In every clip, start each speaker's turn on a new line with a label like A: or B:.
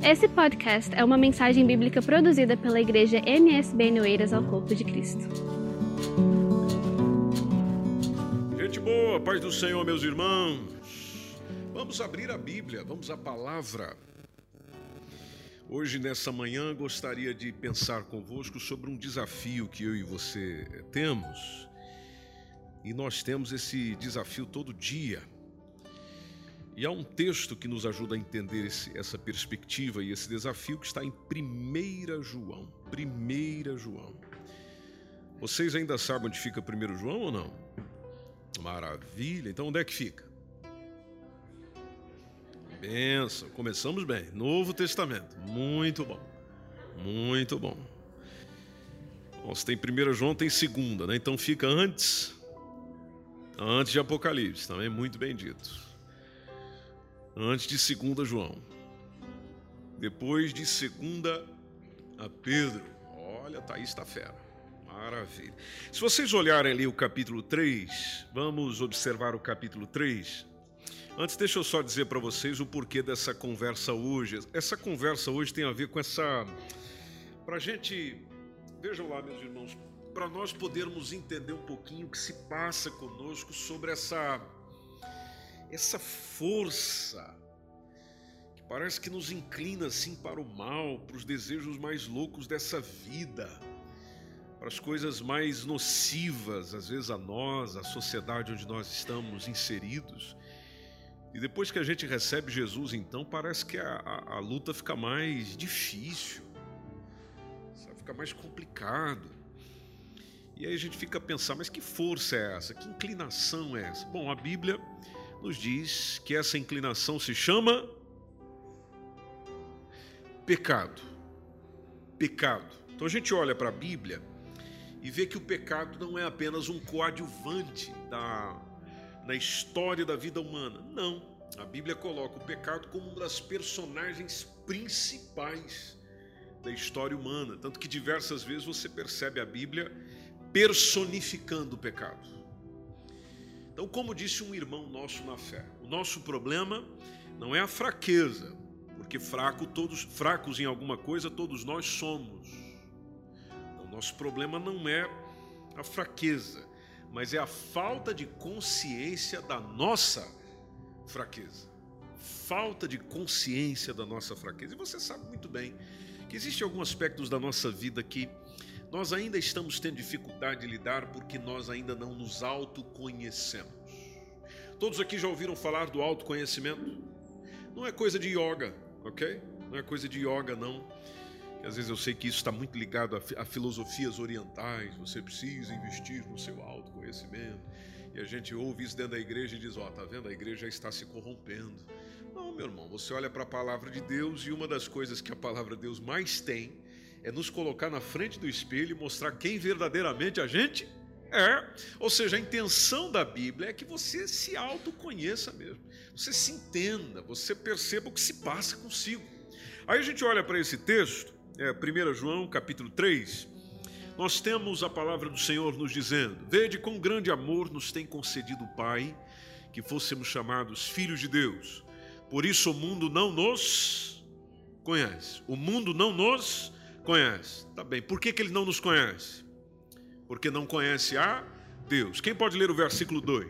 A: Esse podcast é uma mensagem bíblica produzida pela Igreja MSB em Oeiras ao Corpo de Cristo.
B: Gente boa, paz do Senhor, meus irmãos. Vamos abrir a Bíblia, vamos à palavra. Hoje, nessa manhã, gostaria de pensar convosco sobre um desafio que eu e você temos. E nós temos esse desafio todo dia. E há um texto que nos ajuda a entender essa perspectiva e esse desafio que está em 1 João. 1 João. Vocês ainda sabem onde fica 1 João ou não? Maravilha. Então onde é que fica? Benção. Começamos bem. Novo Testamento. Muito bom. Muito bom. Bom, se tem 1 João, tem 2ª, né? Então fica antes de Apocalipse. Também muito bem dito. Antes de 2 João, depois de 2 a Pedro. Olha, Thaís está fera, maravilha. Se vocês olharem ali o capítulo 3, vamos observar o capítulo 3. Antes, deixa eu só dizer para vocês o porquê dessa conversa hoje. Essa conversa hoje tem a ver com para a gente, vejam lá, meus irmãos, para nós podermos entender um pouquinho o que se passa conosco sobre essa força que parece que nos inclina assim para o mal, para os desejos mais loucos dessa vida, para as coisas mais nocivas, às vezes a nós, a sociedade onde nós estamos inseridos. E depois que a gente recebe Jesus, então, parece que a luta fica mais difícil, sabe? Fica mais complicado. E aí a gente fica a pensar, mas que força é essa? Que inclinação é essa? Bom, a Bíblia nos diz que essa inclinação se chama pecado. Pecado. Então a gente olha para a Bíblia e vê que o pecado não é apenas um coadjuvante na história da vida humana. Não. A Bíblia coloca o pecado como uma das personagens principais da história humana. Tanto que diversas vezes você percebe a Bíblia personificando o pecado. Então, como disse um irmão nosso na fé, o nosso problema não é a fraqueza, porque fracos em alguma coisa todos nós somos. Então, nosso problema não é a fraqueza, mas é a falta de consciência da nossa fraqueza. Falta de consciência da nossa fraqueza. E você sabe muito bem que existem alguns aspectos da nossa vida que nós ainda estamos tendo dificuldade de lidar porque nós ainda não nos autoconhecemos. Todos aqui já ouviram falar do autoconhecimento? Não é coisa de yoga, ok? Não é coisa de yoga, não. Às vezes eu sei que isso está muito ligado a filosofias orientais. Você precisa investir no seu autoconhecimento. E a gente ouve isso dentro da igreja e diz, tá vendo? A igreja já está se corrompendo. Não, meu irmão, você olha para a palavra de Deus e uma das coisas que a palavra de Deus mais tem é nos colocar na frente do espelho e mostrar quem verdadeiramente a gente é. Ou seja, a intenção da Bíblia é que você se autoconheça mesmo. Você se entenda, você perceba o que se passa consigo. Aí a gente olha para esse texto, 1 João capítulo 3, nós temos a palavra do Senhor nos dizendo: vede com grande amor nos tem concedido o Pai, que fôssemos chamados filhos de Deus. Por isso o mundo não nos conhece. O mundo não nos conhece. Tá bem, por que ele não nos conhece? Porque não conhece a Deus. Quem pode ler o versículo 2?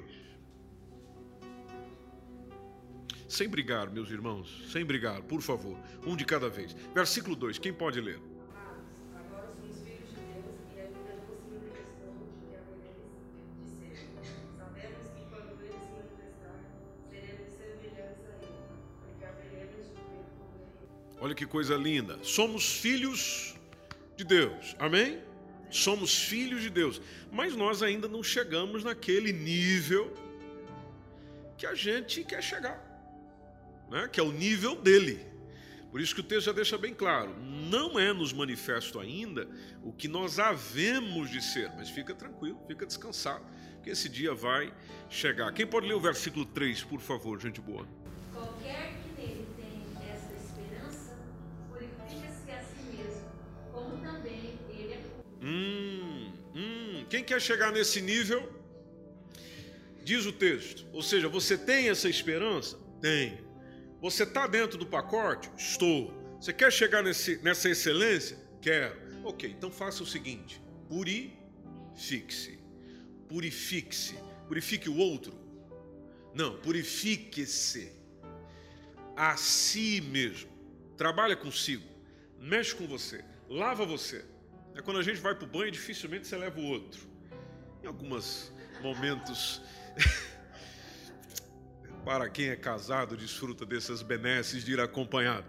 B: Sem brigar, meus irmãos, sem brigar, por favor, um de cada vez. Versículo 2, quem pode ler?
C: Agora somos filhos de Deus e ainda não se manifestou o que haveremos de ser. Sabemos que quando ele se manifestar, seremos semelhantes a ele, porque haveremos de ver como ele.
B: Olha que coisa linda. Somos filhos de Deus. Amém? Somos filhos de Deus. Mas nós ainda não chegamos naquele nível que a gente quer chegar, né? Que é o nível dele. Por isso que o texto já deixa bem claro. Não é nos manifesto ainda o que nós havemos de ser. Mas fica tranquilo, fica descansado, que esse dia vai chegar. Quem pode ler o versículo 3, por favor, gente boa?
C: Qualquer que nele tem essa esperança, purifica-se a si mesmo, como também ele é puro.
B: Quem quer chegar nesse nível? Diz o texto. Ou seja, você tem essa esperança? Tem. Você está dentro do pacote? Estou. Você quer chegar nessa excelência? Quero. Ok, então faça o seguinte: purifique-se. Purifique-se. Purifique o outro? Não, purifique-se a si mesmo. Trabalha consigo, mexe com você, lava você. É quando a gente vai para o banho, dificilmente você leva o outro. Em alguns momentos, para quem é casado, desfruta dessas benesses de ir acompanhado.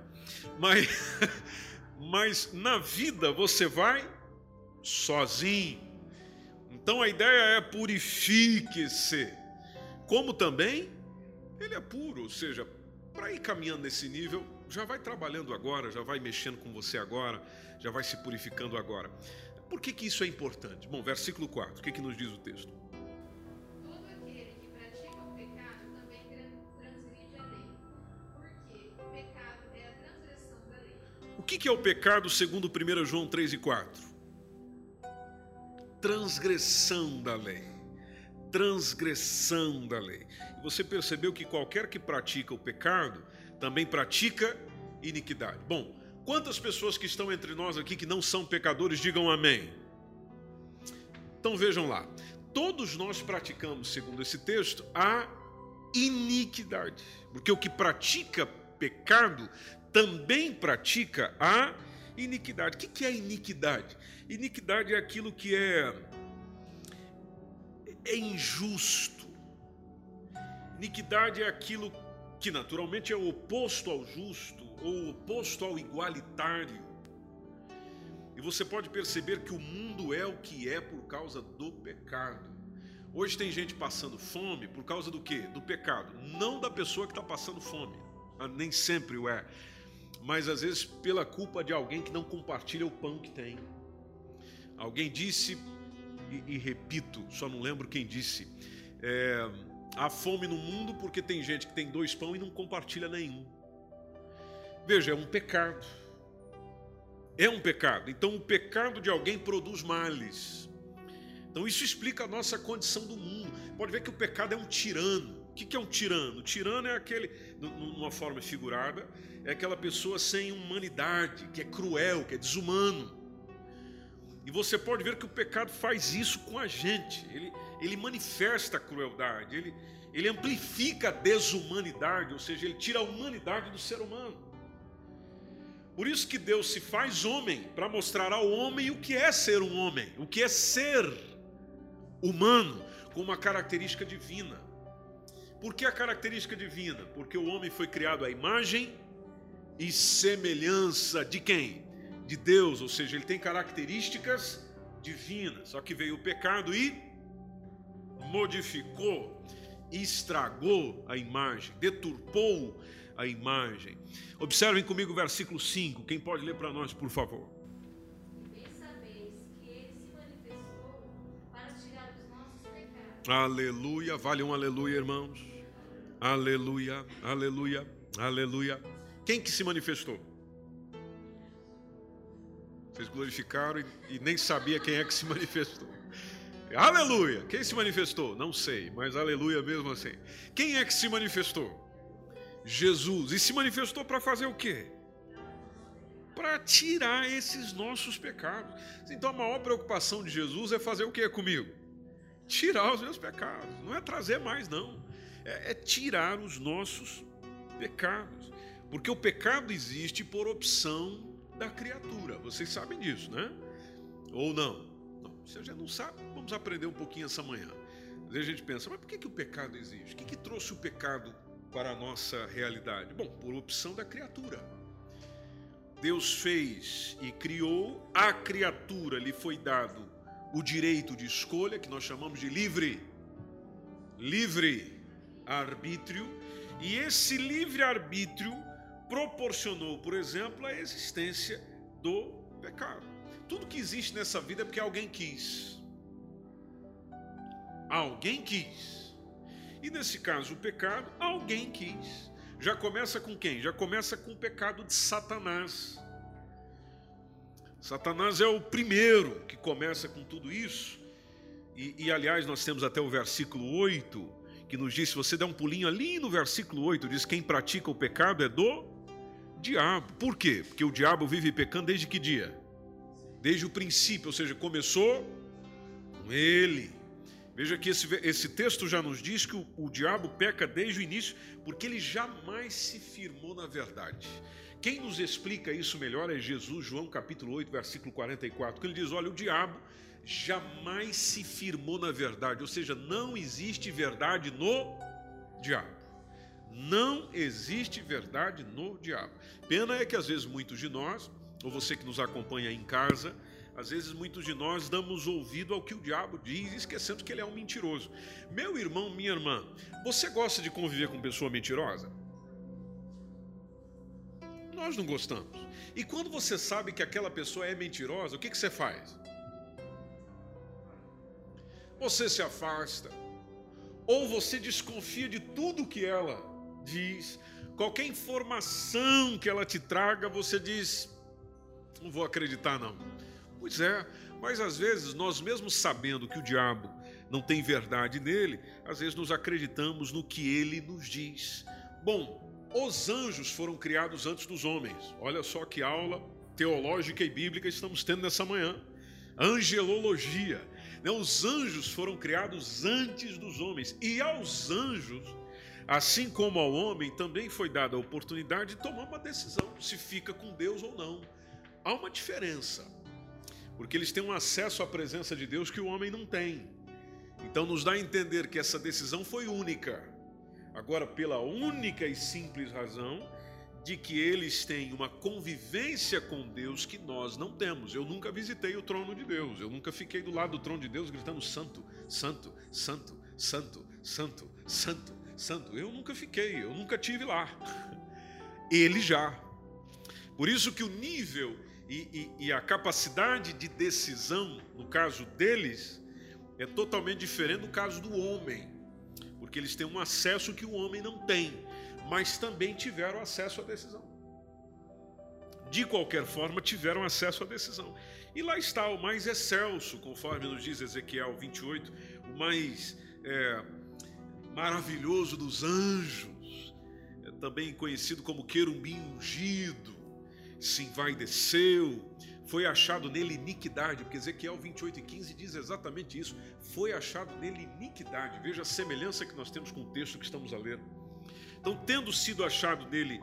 B: Mas na vida você vai sozinho. Então a ideia é purifique-se. Como também ele é puro, ou seja, para ir caminhando nesse nível, já vai trabalhando agora, já vai mexendo com você agora, já vai se purificando agora. Por que isso é importante? Bom, versículo 4, o que nos diz o texto?
D: Todo aquele que pratica o pecado também transgride a lei, porque o pecado é a transgressão da lei.
B: O que é o pecado segundo 1 João 3 e 4? Transgressão da lei. Transgressão da lei. E você percebeu que qualquer que pratica o pecado também pratica iniquidade. Bom, quantas pessoas que estão entre nós aqui que não são pecadores, digam amém. Então vejam lá, todos nós praticamos, segundo esse texto, a iniquidade, porque o que pratica pecado também pratica a iniquidade. O que é iniquidade? Iniquidade é aquilo que é injusto. Iniquidade é aquilo que naturalmente é o oposto ao justo, ou oposto ao igualitário. E você pode perceber que o mundo é o que é por causa do pecado. Hoje tem gente passando fome por causa do quê? Do pecado. Não da pessoa que está passando fome. Nem sempre o é. Mas às vezes pela culpa de alguém que não compartilha o pão que tem. Alguém disse, e repito, só não lembro quem disse, há fome no mundo porque tem gente que tem 2 pães e não compartilha nenhum. Veja, é um pecado. É um pecado. Então o pecado de alguém produz males. Então isso explica a nossa condição do mundo. Pode ver que o pecado é um tirano. O que é um tirano? O tirano é aquele, numa forma figurada, é aquela pessoa sem humanidade, que é cruel, que é desumano. E você pode ver que o pecado faz isso com a gente. Ele manifesta a crueldade, ele amplifica a desumanidade, ou seja, ele tira a humanidade do ser humano. Por isso que Deus se faz homem, para mostrar ao homem o que é ser um homem, o que é ser humano, com uma característica divina. Por que a característica divina? Porque o homem foi criado à imagem e semelhança de quem? De Deus, ou seja, ele tem características divinas. Só que veio o pecado e modificou, estragou a imagem, deturpou a imagem. Observem comigo o versículo 5. Quem pode ler para nós, por favor?
D: E bem sabeis que ele se manifestou para tirar os nossos pecados.
B: Aleluia, vale um aleluia, irmãos. Aleluia, aleluia, aleluia. Quem que se manifestou? Vocês glorificaram e nem sabia quem é que se manifestou. Aleluia! Quem se manifestou? Não sei, mas aleluia mesmo assim. Quem é que se manifestou? Jesus. E se manifestou para fazer o quê? Para tirar esses nossos pecados. Então a maior preocupação de Jesus é fazer o quê comigo? Tirar os meus pecados. Não é trazer mais, não. É tirar os nossos pecados. Porque o pecado existe por opção da criatura. Vocês sabem disso, né? Ou não? Não. Se a gente não sabe, vamos aprender um pouquinho essa manhã. Às vezes a gente pensa, mas por que o pecado existe? O que trouxe o pecado para a nossa realidade? Bom, por opção da criatura. Deus fez e criou, a criatura lhe foi dado o direito de escolha, que nós chamamos de livre arbítrio, e esse livre arbítrio proporcionou, por exemplo, a existência do pecado. Tudo que existe nessa vida é porque alguém quis. Alguém quis. E nesse caso, o pecado, alguém quis. Já começa com quem? Já começa com o pecado de Satanás. Satanás é o primeiro que começa com tudo isso. E aliás, nós temos até o versículo 8, que nos diz, se você der um pulinho ali no versículo 8, diz, quem pratica o pecado é do diabo. Por quê? Porque o diabo vive pecando desde que dia? Desde o princípio, ou seja, começou com ele. Veja que esse texto já nos diz que o diabo peca desde o início, porque ele jamais se firmou na verdade. Quem nos explica isso melhor é Jesus, João capítulo 8, versículo 44, que ele diz, olha, o diabo jamais se firmou na verdade, ou seja, não existe verdade no diabo. Não existe verdade no diabo. Pena é que às vezes muitos de nós, ou você que nos acompanha em casa, às vezes muitos de nós damos ouvido ao que o diabo diz, esquecendo que ele é um mentiroso. Meu irmão, minha irmã, você gosta de conviver com pessoa mentirosa? Nós não gostamos. E quando você sabe que aquela pessoa é mentirosa, o que você faz? Você se afasta. Ou você desconfia de tudo que ela diz. Qualquer informação que ela te traga, você diz, não vou acreditar não. Pois é, mas às vezes nós mesmos sabendo que o diabo não tem verdade nele, às vezes nos acreditamos no que ele nos diz. Bom, os anjos foram criados antes dos homens. Olha só que aula teológica e bíblica estamos tendo nessa manhã. Angelologia. Os anjos foram criados antes dos homens. E aos anjos, assim como ao homem, também foi dada a oportunidade de tomar uma decisão, se fica com Deus ou não. Há uma diferença, porque eles têm um acesso à presença de Deus que o homem não tem. Então nos dá a entender que essa decisão foi única. Agora, pela única e simples razão de que eles têm uma convivência com Deus que nós não temos. Eu nunca visitei o trono de Deus, eu nunca fiquei do lado do trono de Deus gritando santo, santo, santo, santo, santo, santo, santo. Eu nunca fiquei, eu nunca tive lá. Ele já. Por isso que o nível e a capacidade de decisão, no caso deles, é totalmente diferente do caso do homem. Porque eles têm um acesso que o homem não tem, mas também tiveram acesso à decisão. De qualquer forma, tiveram acesso à decisão. E lá está o mais excelso, conforme nos diz Ezequiel 28, o mais maravilhoso dos anjos, também conhecido como querubim ungido, sim, vai e desceu. Foi achado nele iniquidade, porque Ezequiel 28:15 diz exatamente isso. Foi achado nele iniquidade. Veja a semelhança que nós temos com o texto que estamos a ler. Então, tendo sido achado nele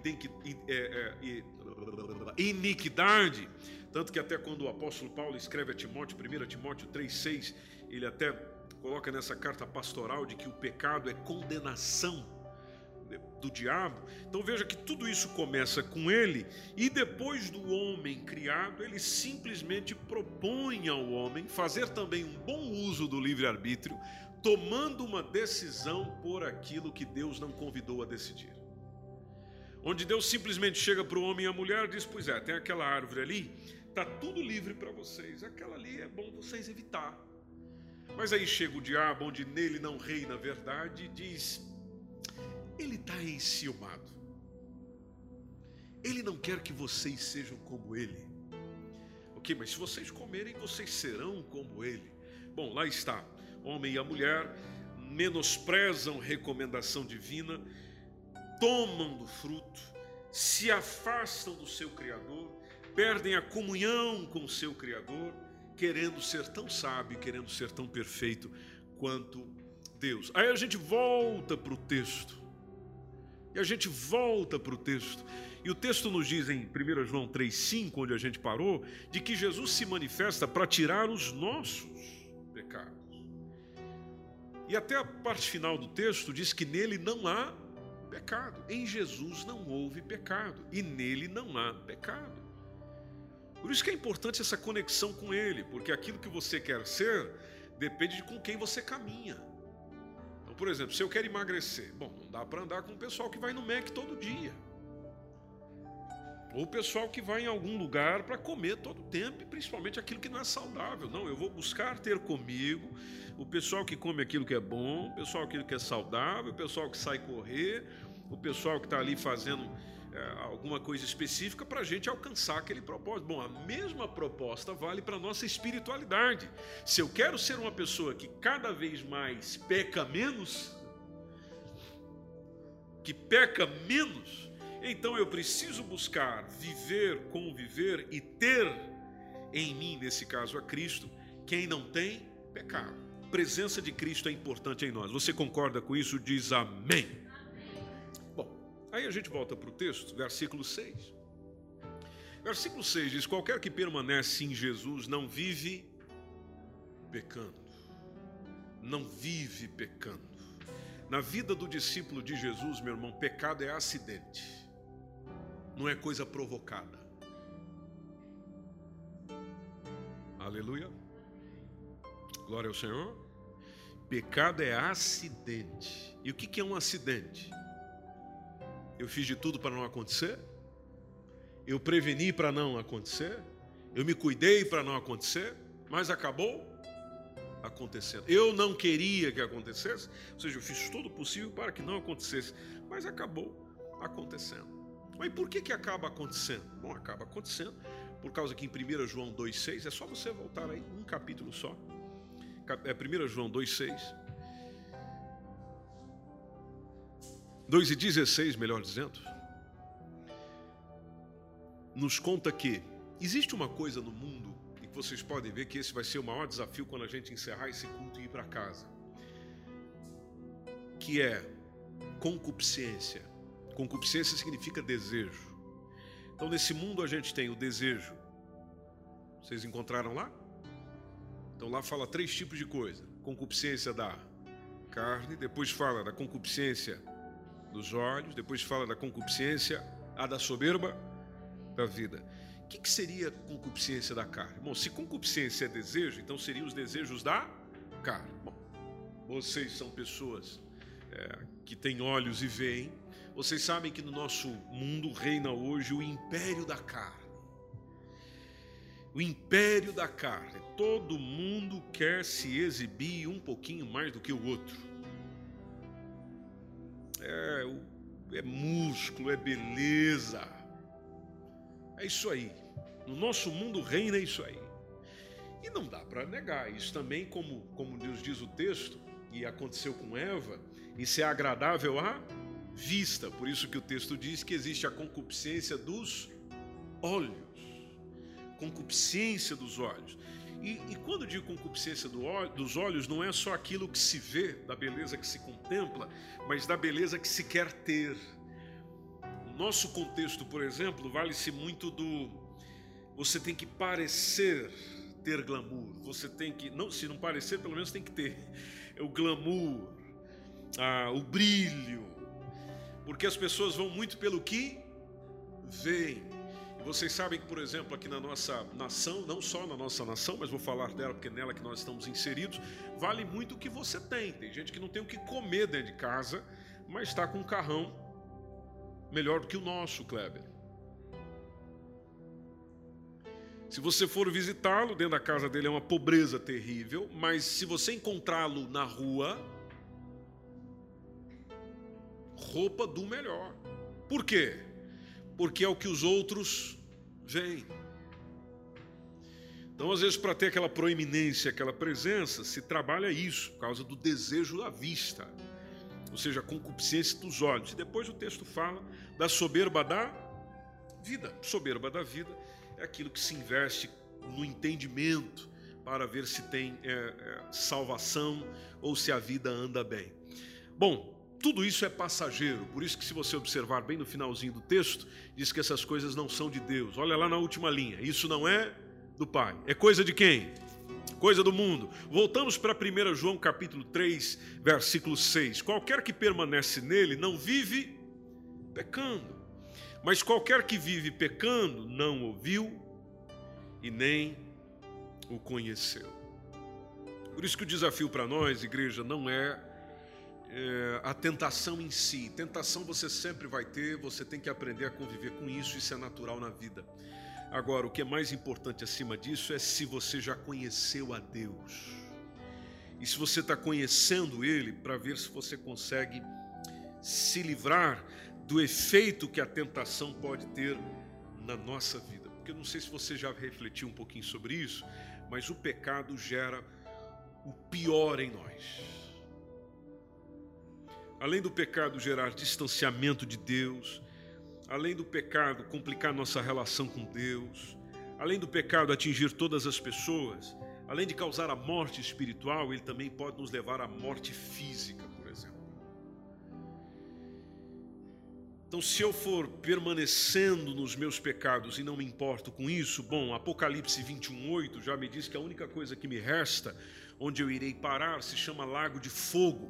B: iniquidade, tanto que até quando o apóstolo Paulo escreve a Timóteo, 1 Timóteo 3,6, ele até coloca nessa carta pastoral de que o pecado é condenação do diabo. Então veja que tudo isso começa com ele, e depois do homem criado, ele simplesmente propõe ao homem fazer também um bom uso do livre-arbítrio, tomando uma decisão por aquilo que Deus não convidou a decidir. Onde Deus simplesmente chega para o homem e a mulher e diz, pois é, tem aquela árvore ali, está tudo livre para vocês, aquela ali é bom vocês evitar. Mas aí chega o diabo, onde nele não reina a verdade, e diz, ele está enciumado. Ele não quer que vocês sejam como ele. Ok, mas se vocês comerem, vocês serão como ele. Bom, lá está. O homem e a mulher menosprezam recomendação divina, tomam do fruto, se afastam do seu Criador, perdem a comunhão com o seu Criador, querendo ser tão sábio, querendo ser tão perfeito quanto Deus. Aí a gente volta para o texto. E a gente volta para o texto. E o texto nos diz em 1 João 3,5, onde a gente parou, de que Jesus se manifesta para tirar os nossos pecados. E até a parte final do texto diz que nele não há pecado. Em Jesus não houve pecado. E nele não há pecado. Por isso que é importante essa conexão com ele. Porque aquilo que você quer ser depende de com quem você caminha. Por exemplo, se eu quero emagrecer, bom, não dá para andar com o pessoal que vai no Mac todo dia. Ou o pessoal que vai em algum lugar para comer todo tempo, e principalmente aquilo que não é saudável. Não, eu vou buscar ter comigo o pessoal que come aquilo que é bom, o pessoal aquilo que é saudável, o pessoal que sai correr, o pessoal que está ali fazendo alguma coisa específica para a gente alcançar aquele propósito. Bom, a mesma proposta vale para a nossa espiritualidade. Se eu quero ser uma pessoa que cada vez mais peca menos, Então eu preciso buscar viver, conviver e ter em mim, nesse caso a Cristo, quem não tem pecado. A presença de Cristo é importante em nós. Você concorda com isso? Diz amém. Bom, aí a gente volta para o texto, versículo 6. Versículo 6 diz: qualquer que permanece em Jesus não vive pecando. Não vive pecando. Na vida do discípulo de Jesus, meu irmão, pecado é acidente. Não é coisa provocada. Aleluia. Glória ao Senhor. Pecado é acidente. E o que é um acidente? Eu fiz de tudo para não acontecer? Eu preveni para não acontecer? Eu me cuidei para não acontecer? Mas acabou acontecendo. Eu não queria que acontecesse, ou seja, eu fiz todo o possível para que não acontecesse, mas acabou acontecendo. Mas por que acaba acontecendo? Bom, acaba acontecendo por causa que em 1 João 2,6, é só você voltar aí, um capítulo só. É 1 João 2,6. 2,16, melhor dizendo. Nos conta que existe uma coisa no mundo, e que vocês podem ver que esse vai ser o maior desafio quando a gente encerrar esse culto e ir para casa, que é concupiscência. Concupiscência significa desejo. Então, nesse mundo a gente tem o desejo. Vocês encontraram lá? Então, lá fala 3 tipos de coisa. Concupiscência da carne, depois fala da concupiscência dos olhos, depois fala da concupiscência, da soberba da vida. O que seria concupiscência da carne? Bom, se concupiscência é desejo, então seriam os desejos da carne. Bom, vocês são pessoas que têm olhos e veem. Vocês sabem que no nosso mundo reina hoje o império da carne. O império da carne. Todo mundo quer se exibir um pouquinho mais do que o outro. É músculo, é beleza. É isso aí. No nosso mundo reina isso aí. E não dá para negar. Isso também, como Deus diz o texto, e aconteceu com Eva, isso é agradável à vista. Por isso que o texto diz que existe a concupiscência dos olhos. Concupiscência dos olhos. E quando eu digo concupiscência dos olhos, não é só aquilo que se vê, da beleza que se contempla, mas da beleza que se quer ter. No nosso contexto, por exemplo, vale-se muito do... Você tem que parecer ter glamour. Você tem que... Não, se não parecer, pelo menos tem que ter. O glamour, o brilho. Porque as pessoas vão muito pelo que veem. Vocês sabem que, por exemplo, aqui na nossa nação, não só na nossa nação, mas vou falar dela porque é nela que nós estamos inseridos, vale muito o que você tem. Tem gente que não tem o que comer dentro de casa, mas está com um carrão melhor do que o nosso, Kleber. Se você for visitá-lo, dentro da casa dele é uma pobreza terrível, mas se você encontrá-lo na rua, roupa do melhor. Por quê? Porque é o que os outros veem. Então, às vezes, para ter aquela proeminência, aquela presença, se trabalha isso, por causa do desejo da vista, ou seja, a concupiscência dos olhos. E depois o texto fala da soberba da vida. Soberba da vida é aquilo que se investe no entendimento para ver se tem salvação ou se a vida anda bem. Bom, tudo isso é passageiro, por isso que se você observar bem no finalzinho do texto, diz que essas coisas não são de Deus. Olha lá na última linha, isso não é do Pai. É coisa de quem? Coisa do mundo. Voltamos para 1 João capítulo 3, versículo 6. Qualquer que permanece nele não vive pecando, mas qualquer que vive pecando não ouviu e nem o conheceu. Por isso que o desafio para nós, igreja, não é a tentação em si. Tentação você sempre vai ter, você tem que aprender a conviver com isso, isso é natural na vida. Agora, o que é mais importante acima disso é se você já conheceu a Deus. E se você está conhecendo Ele, para ver se você consegue se livrar do efeito que a tentação pode ter na nossa vida. Porque eu não sei se você já refletiu um pouquinho sobre isso, mas o pecado gera o pior em nós. Além do pecado gerar distanciamento de Deus, além do pecado complicar nossa relação com Deus, além do pecado atingir todas as pessoas, além de causar a morte espiritual, ele também pode nos levar à morte física, por exemplo. Então, se eu for permanecendo nos meus pecados e não me importo com isso, bom, Apocalipse 21:8 já me diz que a única coisa que me resta, onde eu irei parar, se chama lago de fogo.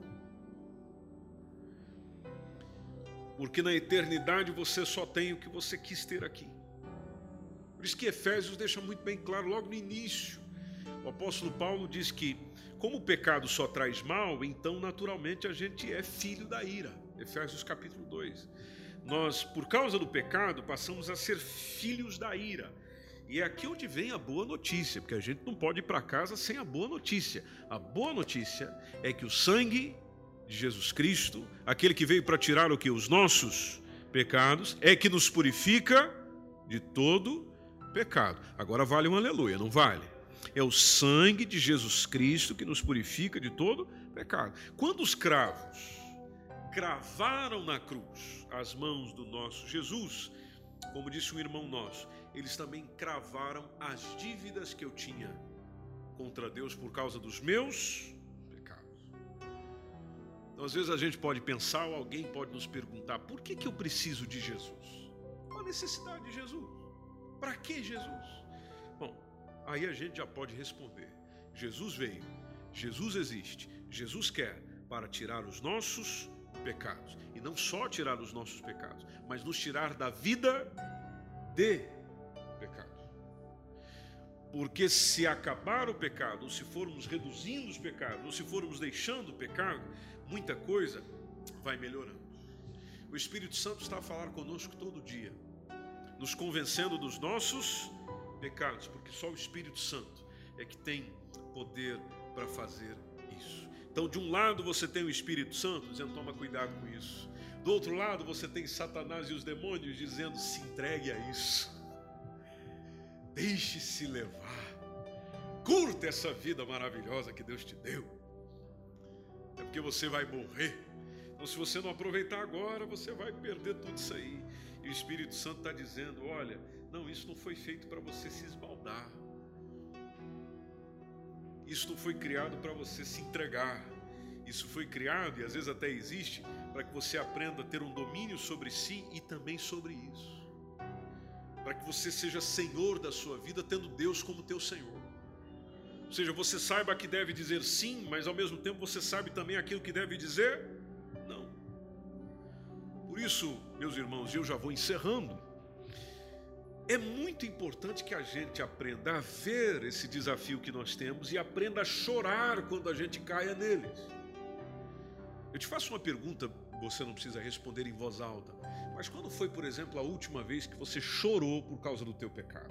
B: Porque na eternidade você só tem o que você quis ter aqui. Por isso que Efésios deixa muito bem claro logo no início. O apóstolo Paulo diz que, como o pecado só traz mal, então naturalmente a gente é filho da ira. Efésios capítulo 2. Nós, por causa do pecado, passamos a ser filhos da ira. E é aqui onde vem a boa notícia, porque a gente não pode ir para casa sem a boa notícia. A boa notícia é que o sangue de Jesus Cristo, aquele que veio para tirar o que? Os nossos pecados, é que nos purifica de todo pecado. Agora vale um aleluia, não vale? É o sangue de Jesus Cristo que nos purifica de todo pecado. Quando os cravos cravaram na cruz as mãos do nosso Jesus, como disse um irmão nosso, eles também cravaram as dívidas que eu tinha contra Deus por causa dos meus pecados. Então, às vezes a gente pode pensar, ou alguém pode nos perguntar, por que eu preciso de Jesus? Qual a necessidade de Jesus? Para que Jesus? Bom, aí a gente já pode responder. Jesus veio, Jesus existe, Jesus quer para tirar os nossos pecados. E não só tirar os nossos pecados, mas nos tirar da vida de pecado. Porque se acabar o pecado, ou se formos reduzindo os pecados, ou se formos deixando o pecado, muita coisa vai melhorando. O Espírito Santo está a falar conosco todo dia, nos convencendo dos nossos pecados, porque só o Espírito Santo é que tem poder para fazer isso. Então, de um lado você tem o Espírito Santo dizendo, toma cuidado com isso. Do outro lado você tem Satanás e os demônios dizendo, se entregue a isso. Deixe-se levar. Curta essa vida maravilhosa que Deus te deu. É porque você vai morrer. Então, se você não aproveitar agora, você vai perder tudo isso aí. E o Espírito Santo está dizendo, olha, não, isso não foi feito para você se esbaldar. Isso não foi criado para você se entregar. Isso foi criado, e às vezes até existe, para que você aprenda a ter um domínio sobre si e também sobre isso. Para que você seja senhor da sua vida, tendo Deus como teu Senhor. Ou seja, você saiba que deve dizer sim, mas ao mesmo tempo você sabe também aquilo que deve dizer não. Por isso, meus irmãos, eu já vou encerrando. É muito importante que a gente aprenda a ver esse desafio que nós temos e aprenda a chorar quando a gente caia neles. Eu te faço uma pergunta, você não precisa responder em voz alta, mas quando foi, por exemplo, a última vez que você chorou por causa do teu pecado?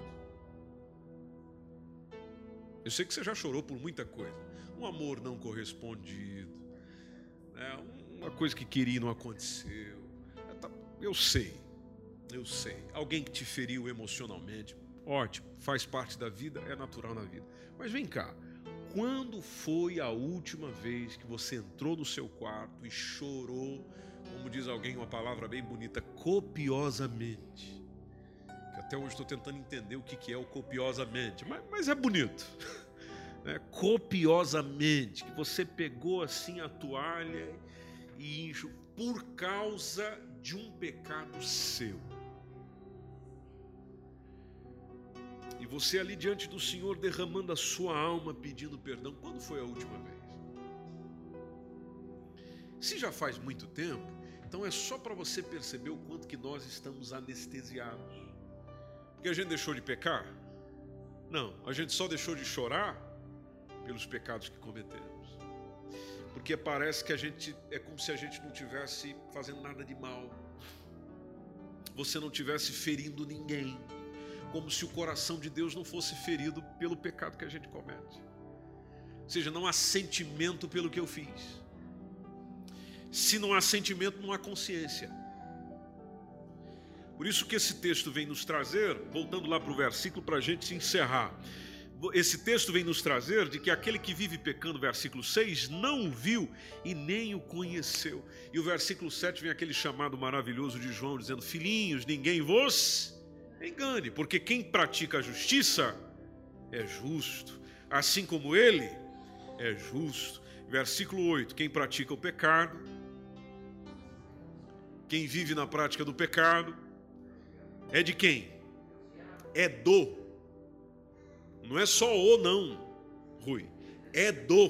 B: Eu sei que você já chorou por muita coisa. Um amor não correspondido, né? Uma coisa que queria e não aconteceu. Eu sei. Alguém que te feriu emocionalmente, ótimo, faz parte da vida, é natural na vida. Mas vem cá, quando foi a última vez que você entrou no seu quarto e chorou, como diz alguém, uma palavra bem bonita, copiosamente? Que até hoje estou tentando entender o que é o copiosamente, mas é bonito. Né? Copiosamente, que você pegou assim a toalha e enxugou por causa de um pecado seu. E você ali diante do Senhor derramando a sua alma, pedindo perdão. Quando foi a última vez? Se já faz muito tempo, então é só para você perceber o quanto que nós estamos anestesiados. Porque a gente deixou de pecar? Não, a gente só deixou de chorar pelos pecados que cometemos. Porque parece que é como se a gente não estivesse fazendo nada de mal. Você não estivesse ferindo ninguém. Como se o coração de Deus não fosse ferido pelo pecado que a gente comete. Ou seja, não há sentimento pelo que eu fiz. Se não há sentimento, não há consciência. Por isso que esse texto vem nos trazer, voltando lá para o versículo para a gente se encerrar. esse texto vem nos trazer de que aquele que vive pecando, versículo 6, não o viu e nem o conheceu. E o versículo 7 vem aquele chamado maravilhoso de João, dizendo: filhinhos, ninguém vos engane, porque quem pratica a justiça é justo, assim como ele é justo. Versículo 8, quem pratica o pecado, quem vive na prática do pecado, é de quem? É do. Não é só o não, Rui. É do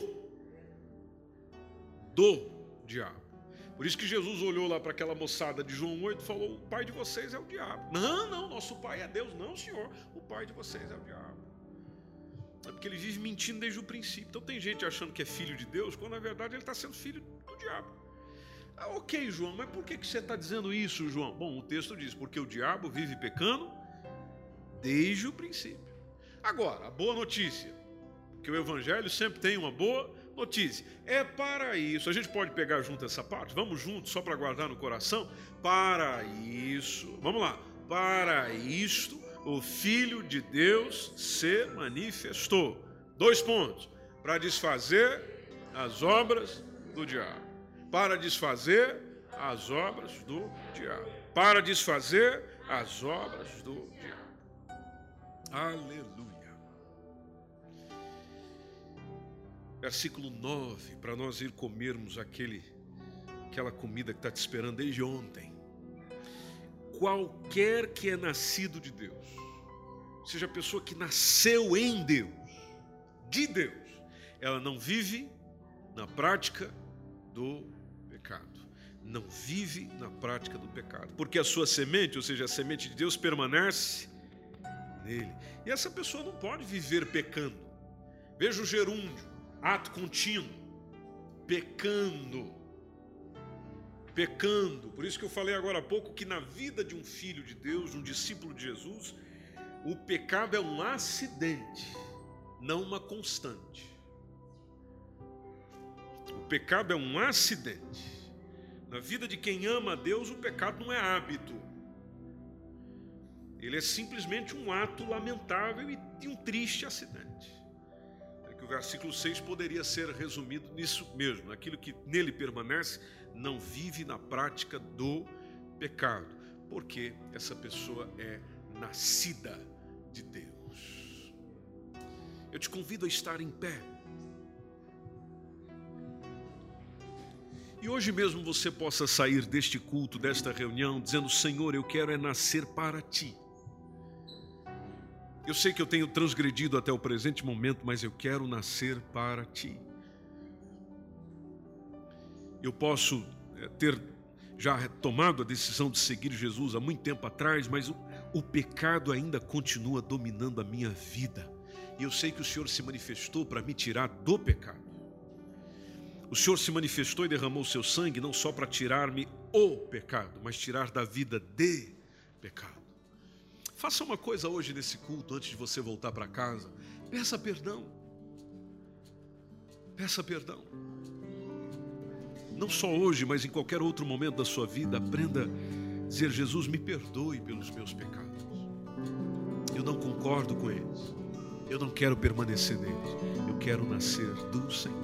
B: diabo. Por isso que Jesus olhou lá para aquela moçada de João 8 e falou: o pai de vocês é o diabo. Não, nosso pai é Deus. Não, senhor, o pai de vocês é o diabo. É porque ele vive mentindo desde o princípio. Então tem gente achando que é filho de Deus, quando na verdade ele está sendo filho do diabo. Ah, ok, João, mas por que você está dizendo isso, João? Bom, o texto diz: porque o diabo vive pecando desde o princípio. Agora, a boa notícia, que o evangelho sempre tem uma boa notícia. É para isso. A gente pode pegar junto essa parte? Vamos juntos, só para guardar no coração? Para isso, vamos lá. Para isto, o Filho de Deus se manifestou. 2 pontos. Para desfazer as obras do diabo. Para desfazer as obras do diabo. Para desfazer as obras do diabo. Aleluia. Versículo 9, para nós ir comermos aquela comida que está te esperando desde ontem. Qualquer que é nascido de Deus, seja a pessoa que nasceu em Deus, de Deus, ela não vive na prática do pecado. Não vive na prática do pecado. Porque a sua semente, ou seja, a semente de Deus, permanece nele. E essa pessoa não pode viver pecando. Veja o gerúndio. Ato contínuo, pecando. Por isso que eu falei agora há pouco que na vida de um filho de Deus, de um discípulo de Jesus, o pecado é um acidente, não uma constante. O pecado é um acidente. Na vida de quem ama a Deus, o pecado não é hábito. Ele é simplesmente um ato lamentável e de um triste acidente. O versículo 6 poderia ser resumido nisso mesmo: aquilo que nele permanece não vive na prática do pecado, porque essa pessoa é nascida de Deus. Eu te convido a estar em pé. E hoje mesmo você possa sair deste culto, desta reunião, dizendo: Senhor, eu quero é nascer para Ti. Eu sei que eu tenho transgredido até o presente momento, mas eu quero nascer para Ti. Eu posso ter já tomado a decisão de seguir Jesus há muito tempo atrás, mas o pecado ainda continua dominando a minha vida. E eu sei que o Senhor se manifestou para me tirar do pecado. O Senhor se manifestou e derramou o seu sangue não só para tirar-me o pecado, mas tirar da vida de pecado. Faça uma coisa hoje nesse culto, antes de você voltar para casa. Peça perdão. Peça perdão. Não só hoje, mas em qualquer outro momento da sua vida, aprenda a dizer: Jesus, me perdoe pelos meus pecados. Eu não concordo com eles. Eu não quero permanecer neles. Eu quero nascer do Senhor.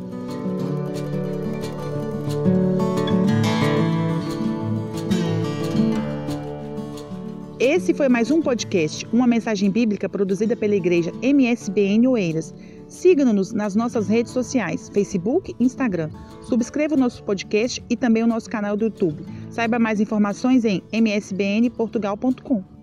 E: Esse foi mais um podcast, uma mensagem bíblica produzida pela Igreja MSBN Oeiras. Siga-nos nas nossas redes sociais, Facebook e Instagram. Subscreva o nosso podcast e também o nosso canal do YouTube. Saiba mais informações em msbnportugal.com.